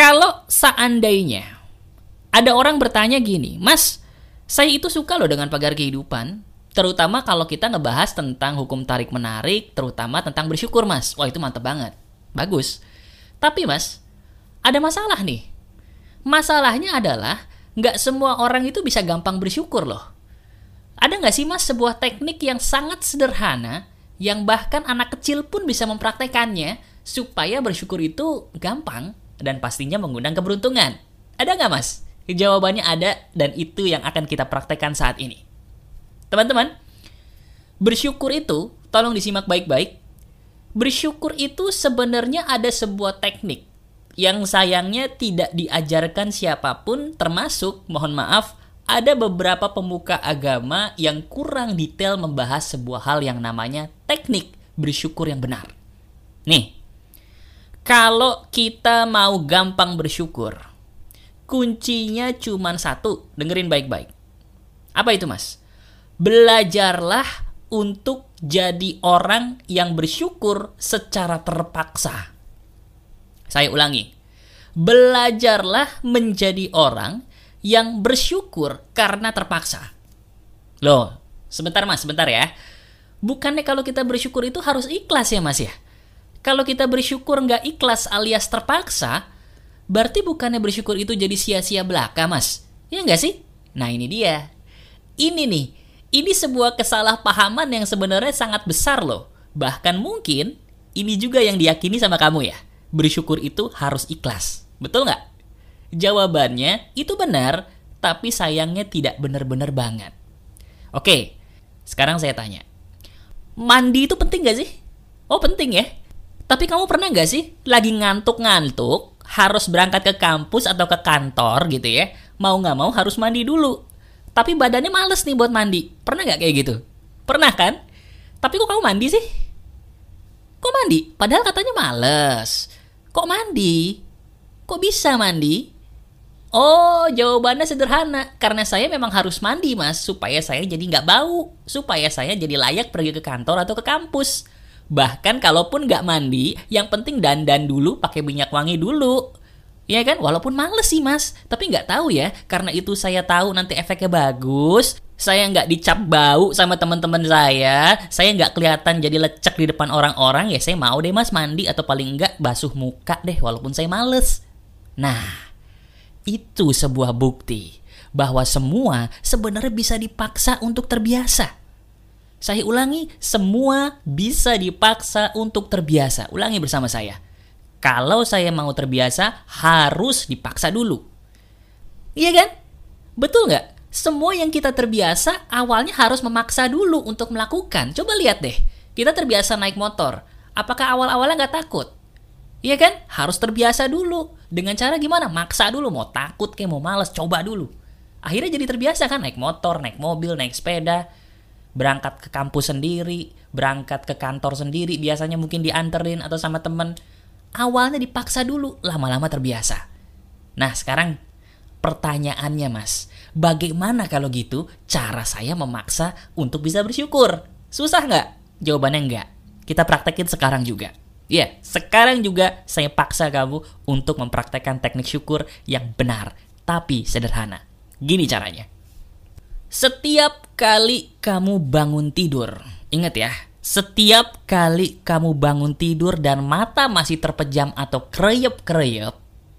Kalau seandainya ada orang bertanya gini, Mas, saya itu suka loh dengan pagar kehidupan, terutama kalau kita ngebahas tentang hukum tarik-menarik, terutama tentang bersyukur, Mas. Wah, itu mantep banget. Bagus. Tapi, Mas, ada masalah nih. Masalahnya adalah nggak semua orang itu bisa gampang bersyukur loh. Ada nggak sih, Mas, sebuah teknik yang sangat sederhana, yang bahkan anak kecil pun bisa mempraktekannya, supaya bersyukur itu gampang dan pastinya mengundang keberuntungan? Ada nggak, Mas? Jawabannya ada, dan itu yang akan kita praktekkan saat ini. Teman-teman, bersyukur itu, tolong disimak baik-baik. Bersyukur itu sebenarnya ada sebuah teknik yang sayangnya tidak diajarkan siapapun, termasuk, mohon maaf, ada beberapa pemuka agama yang kurang detail membahas sebuah hal yang namanya teknik bersyukur yang benar. Nih, kalau kita mau gampang bersyukur, kuncinya cuma satu, dengerin baik-baik. Apa itu, Mas? Belajarlah untuk jadi orang yang bersyukur secara terpaksa. Saya ulangi. Belajarlah menjadi orang yang bersyukur karena terpaksa. Loh, sebentar, Mas, sebentar ya. Bukannya kalau kita bersyukur itu harus ikhlas ya, Mas ya? Kalau kita bersyukur nggak ikhlas alias terpaksa, berarti bukannya bersyukur itu jadi sia-sia belaka, Mas? Ya nggak sih? Nah, ini dia. Ini sebuah kesalahpahaman yang sebenarnya sangat besar loh. Bahkan mungkin ini juga yang diyakini sama kamu ya. Bersyukur itu harus ikhlas. Betul nggak? Jawabannya itu benar, tapi sayangnya tidak benar-benar banget. Oke, sekarang saya tanya. Mandi itu penting nggak sih? Oh, penting ya. Tapi kamu pernah nggak sih lagi ngantuk-ngantuk, harus berangkat ke kampus atau ke kantor gitu ya, mau nggak mau harus mandi dulu. Tapi badannya males nih buat mandi. Pernah nggak kayak gitu? Pernah kan? Tapi kok kamu mandi sih? Kok mandi? Padahal katanya males. Kok mandi? Kok bisa mandi? Oh, jawabannya sederhana. Karena saya memang harus mandi, Mas, supaya saya jadi nggak bau, supaya saya jadi layak pergi ke kantor atau ke kampus. Bahkan kalaupun nggak mandi, yang penting dandan dulu, pakai minyak wangi dulu. Ya kan? Walaupun males sih, Mas. Tapi nggak tahu ya, karena itu saya tahu nanti efeknya bagus. Saya nggak dicap bau sama teman-teman saya nggak kelihatan jadi lecek di depan orang-orang, ya saya mau deh, Mas, mandi atau paling nggak basuh muka deh, walaupun saya males. Nah, itu sebuah bukti bahwa semua sebenarnya bisa dipaksa untuk terbiasa. Saya ulangi, semua bisa dipaksa untuk terbiasa. Ulangi bersama saya. Kalau saya mau terbiasa, harus dipaksa dulu. Iya kan? Betul nggak? Semua yang kita terbiasa, awalnya harus memaksa dulu untuk melakukan. Coba lihat deh, kita terbiasa naik motor. Apakah awal-awalnya nggak takut? Iya kan? Harus terbiasa dulu. Dengan cara gimana? Maksa dulu. Mau takut kayak mau males, coba dulu. Akhirnya jadi terbiasa kan? Naik motor, naik mobil, naik sepeda. Berangkat ke kampus sendiri, berangkat ke kantor sendiri, biasanya mungkin dianterin atau sama temen. Awalnya dipaksa dulu, lama-lama terbiasa. Nah, sekarang pertanyaannya, Mas, bagaimana kalau gitu cara saya memaksa untuk bisa bersyukur? Susah nggak? Jawabannya nggak. Kita praktekin sekarang juga. Ya, sekarang juga saya paksa kamu untuk mempraktekkan teknik syukur yang benar, tapi sederhana. Gini caranya. Setiap kali kamu bangun tidur, ingat ya, setiap kali kamu bangun tidur dan mata masih terpejam atau kreyep-kreyep,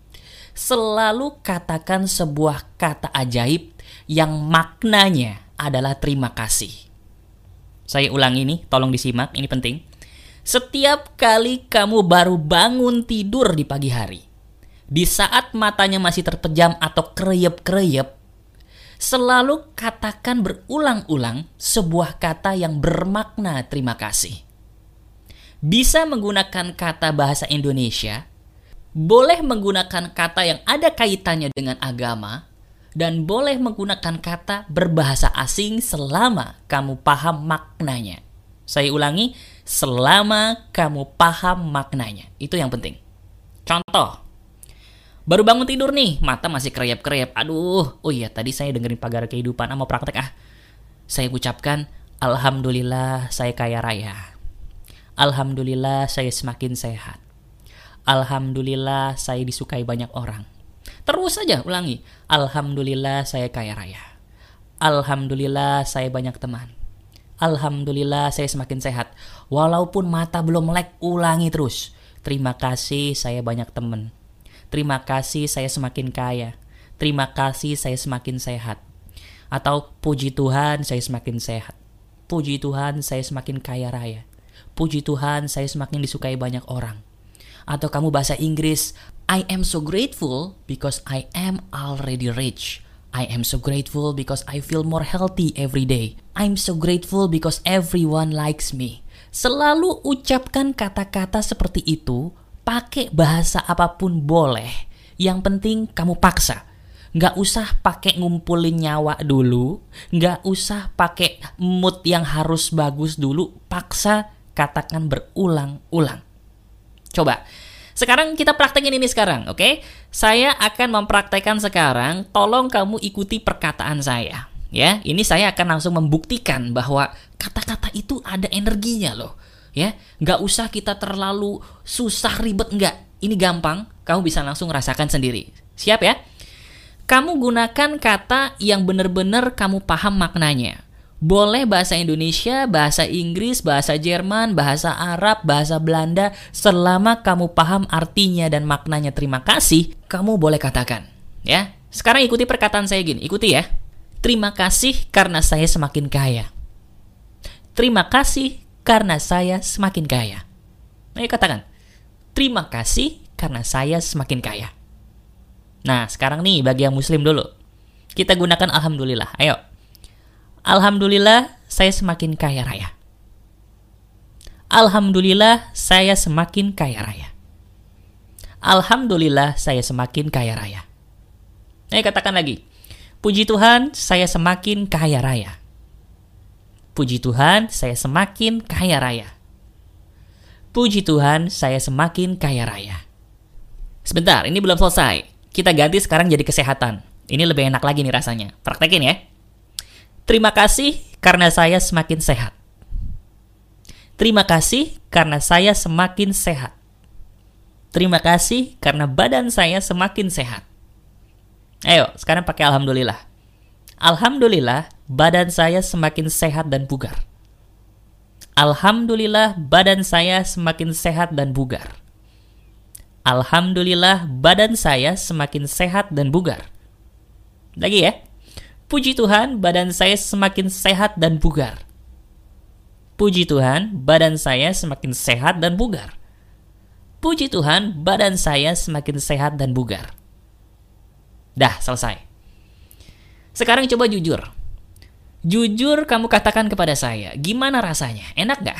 selalu katakan sebuah kata ajaib yang maknanya adalah terima kasih. Saya ulangi nih, tolong disimak, ini penting. Setiap kali kamu baru bangun tidur di pagi hari, di saat matanya masih terpejam atau kreyep-kreyep, selalu katakan berulang-ulang sebuah kata yang bermakna terima kasih. Bisa menggunakan kata bahasa Indonesia, boleh menggunakan kata yang ada kaitannya dengan agama, dan boleh menggunakan kata berbahasa asing selama kamu paham maknanya. Saya ulangi, selama kamu paham maknanya. Itu yang penting. Contoh, baru bangun tidur nih, mata masih kreyap-kreyap. Aduh, oh iya tadi saya dengerin pagar kehidupan, mau praktek Saya ucapkan, Alhamdulillah saya kaya raya. Alhamdulillah saya semakin sehat. Alhamdulillah saya disukai banyak orang. Terus saja ulangi. Alhamdulillah saya kaya raya. Alhamdulillah saya banyak teman. Alhamdulillah saya semakin sehat. Walaupun mata belum melek, ulangi terus. Terima kasih saya banyak teman. Terima kasih saya semakin kaya. Terima kasih saya semakin sehat. Atau puji Tuhan saya semakin sehat. Puji Tuhan saya semakin kaya raya. Puji Tuhan saya semakin disukai banyak orang. Atau kamu bahasa Inggris, I am so grateful because I am already rich. I am so grateful because I feel more healthy every day. I'm so grateful because everyone likes me. Selalu ucapkan kata-kata seperti itu, pakai bahasa apapun boleh. Yang penting kamu paksa. Nggak usah pakai ngumpulin nyawa dulu. Nggak usah pakai mood yang harus bagus dulu. Paksa, katakan berulang-ulang. Coba, sekarang kita praktekin ini sekarang, oke? Saya akan mempraktekkan sekarang, tolong kamu ikuti perkataan saya. Ya, ini saya akan langsung membuktikan bahwa kata-kata itu ada energinya loh. Ya, nggak usah kita terlalu susah ribet, nggak. Ini gampang, kamu bisa langsung rasakan sendiri. Siap ya? Kamu gunakan kata yang benar-benar kamu paham maknanya. Boleh bahasa Indonesia, bahasa Inggris, bahasa Jerman, bahasa Arab, bahasa Belanda. Selama kamu paham artinya dan maknanya terima kasih, kamu boleh katakan. Ya, sekarang ikuti perkataan saya gini, ikuti ya. Terima kasih karena saya semakin kaya. Terima kasih karena saya semakin kaya. Ayo katakan. Terima kasih karena saya semakin kaya. Nah, sekarang nih bagi yang muslim dulu. Kita gunakan alhamdulillah. Ayo. Alhamdulillah saya semakin kaya raya. Alhamdulillah saya semakin kaya raya. Alhamdulillah saya semakin kaya raya. Ayo katakan lagi. Puji Tuhan saya semakin kaya raya. Puji Tuhan saya semakin kaya raya. Puji Tuhan saya semakin kaya raya. Sebentar, ini belum selesai. Kita ganti sekarang jadi kesehatan. Ini lebih enak lagi nih rasanya. Praktekin ya. Terima kasih karena saya semakin sehat. Terima kasih karena saya semakin sehat. Terima kasih karena badan saya semakin sehat. Ayo, sekarang pakai alhamdulillah. Alhamdulillah, badan saya semakin sehat dan bugar. Alhamdulillah, badan saya semakin sehat dan bugar. Alhamdulillah, badan saya semakin sehat dan bugar. Lagi ya. Puji Tuhan, badan saya semakin sehat dan bugar. Puji Tuhan, badan saya semakin sehat dan bugar. Puji Tuhan, badan saya semakin sehat dan bugar. Dah, selesai. Sekarang coba jujur. Jujur kamu katakan kepada saya, gimana rasanya? Enak gak?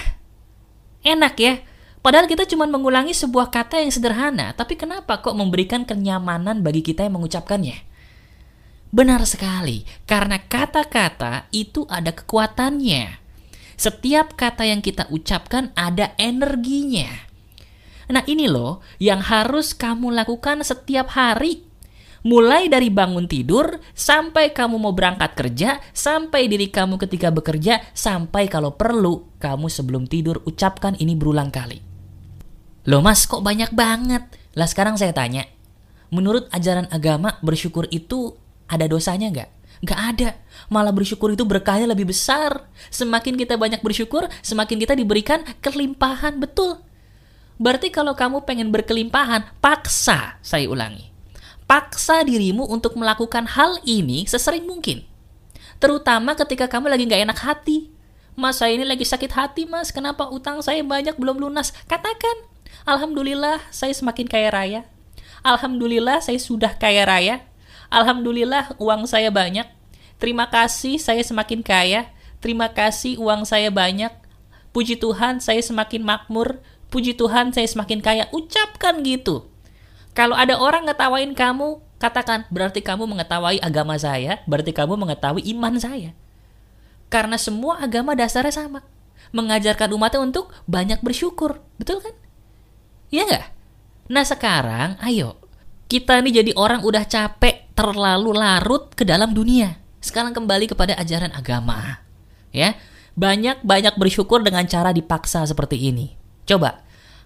Enak ya? Padahal kita cuma mengulangi sebuah kata yang sederhana, tapi kenapa kok memberikan kenyamanan bagi kita yang mengucapkannya? Benar sekali, karena kata-kata itu ada kekuatannya. Setiap kata yang kita ucapkan ada energinya. Nah ini loh yang harus kamu lakukan setiap hari. Mulai dari bangun tidur, sampai kamu mau berangkat kerja, sampai diri kamu ketika bekerja, sampai kalau perlu, kamu sebelum tidur ucapkan ini berulang kali. Loh mas, kok banyak banget? Lah sekarang saya tanya, menurut ajaran agama bersyukur itu ada dosanya nggak? Nggak ada. Malah bersyukur itu berkahnya lebih besar. Semakin kita banyak bersyukur, semakin kita diberikan kelimpahan. Betul. Berarti kalau kamu pengen berkelimpahan, paksa, saya ulangi. Paksa dirimu untuk melakukan hal ini sesering mungkin. Terutama ketika kamu lagi nggak enak hati. Mas, saya ini lagi sakit hati mas. Kenapa utang saya banyak belum lunas? Katakan, alhamdulillah saya semakin kaya raya. Alhamdulillah saya sudah kaya raya. Alhamdulillah uang saya banyak. Terima kasih saya semakin kaya. Terima kasih uang saya banyak. Puji Tuhan saya semakin makmur. Puji Tuhan saya semakin kaya. Ucapkan gitu. Kalau ada orang ngetawain kamu, katakan berarti kamu mengetahui agama saya. Berarti kamu mengetahui iman saya. Karena semua agama dasarnya sama. Mengajarkan umatnya untuk banyak bersyukur. Betul kan? Iya nggak? Nah sekarang ayo. Kita ini jadi orang udah capek, terlalu larut ke dalam dunia. Sekarang kembali kepada ajaran agama. Ya, banyak-banyak bersyukur dengan cara dipaksa seperti ini. Coba,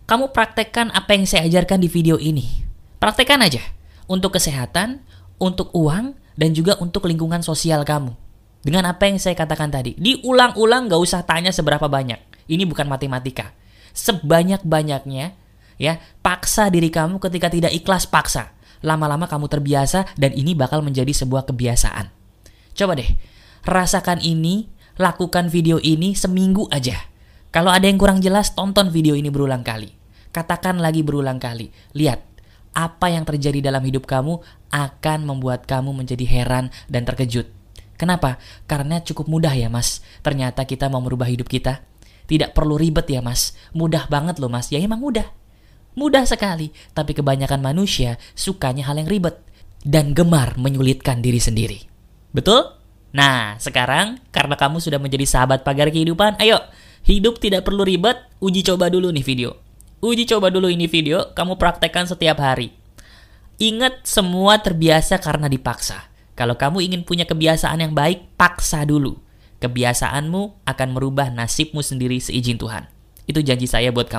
kamu praktekkan apa yang saya ajarkan di video ini. Praktekkan aja. Untuk kesehatan, untuk uang, dan juga untuk lingkungan sosial kamu. Dengan apa yang saya katakan tadi. Diulang-ulang, gak usah tanya seberapa banyak. Ini bukan matematika. Sebanyak-banyaknya, ya, paksa diri kamu. Ketika tidak ikhlas, paksa. Lama-lama kamu terbiasa dan ini bakal menjadi sebuah kebiasaan. Coba deh, rasakan ini, lakukan video ini seminggu aja. Kalau ada yang kurang jelas, tonton video ini berulang kali. Katakan lagi berulang kali. Lihat, apa yang terjadi dalam hidup kamu akan membuat kamu menjadi heran dan terkejut. Kenapa? Karena cukup mudah ya mas. Ternyata kita mau merubah hidup kita. Tidak perlu ribet ya mas. Mudah banget loh mas. Ya emang mudah. Mudah sekali. Tapi kebanyakan manusia sukanya hal yang ribet. Dan gemar menyulitkan diri sendiri. Betul? Nah, sekarang karena kamu sudah menjadi sahabat pagar kehidupan, ayo, hidup tidak perlu ribet, uji coba dulu nih video. Uji coba dulu ini video, kamu praktekkan setiap hari. Ingat, semua terbiasa karena dipaksa. Kalau kamu ingin punya kebiasaan yang baik, paksa dulu. Kebiasaanmu akan merubah nasibmu sendiri seizin Tuhan. Itu janji saya buat kamu.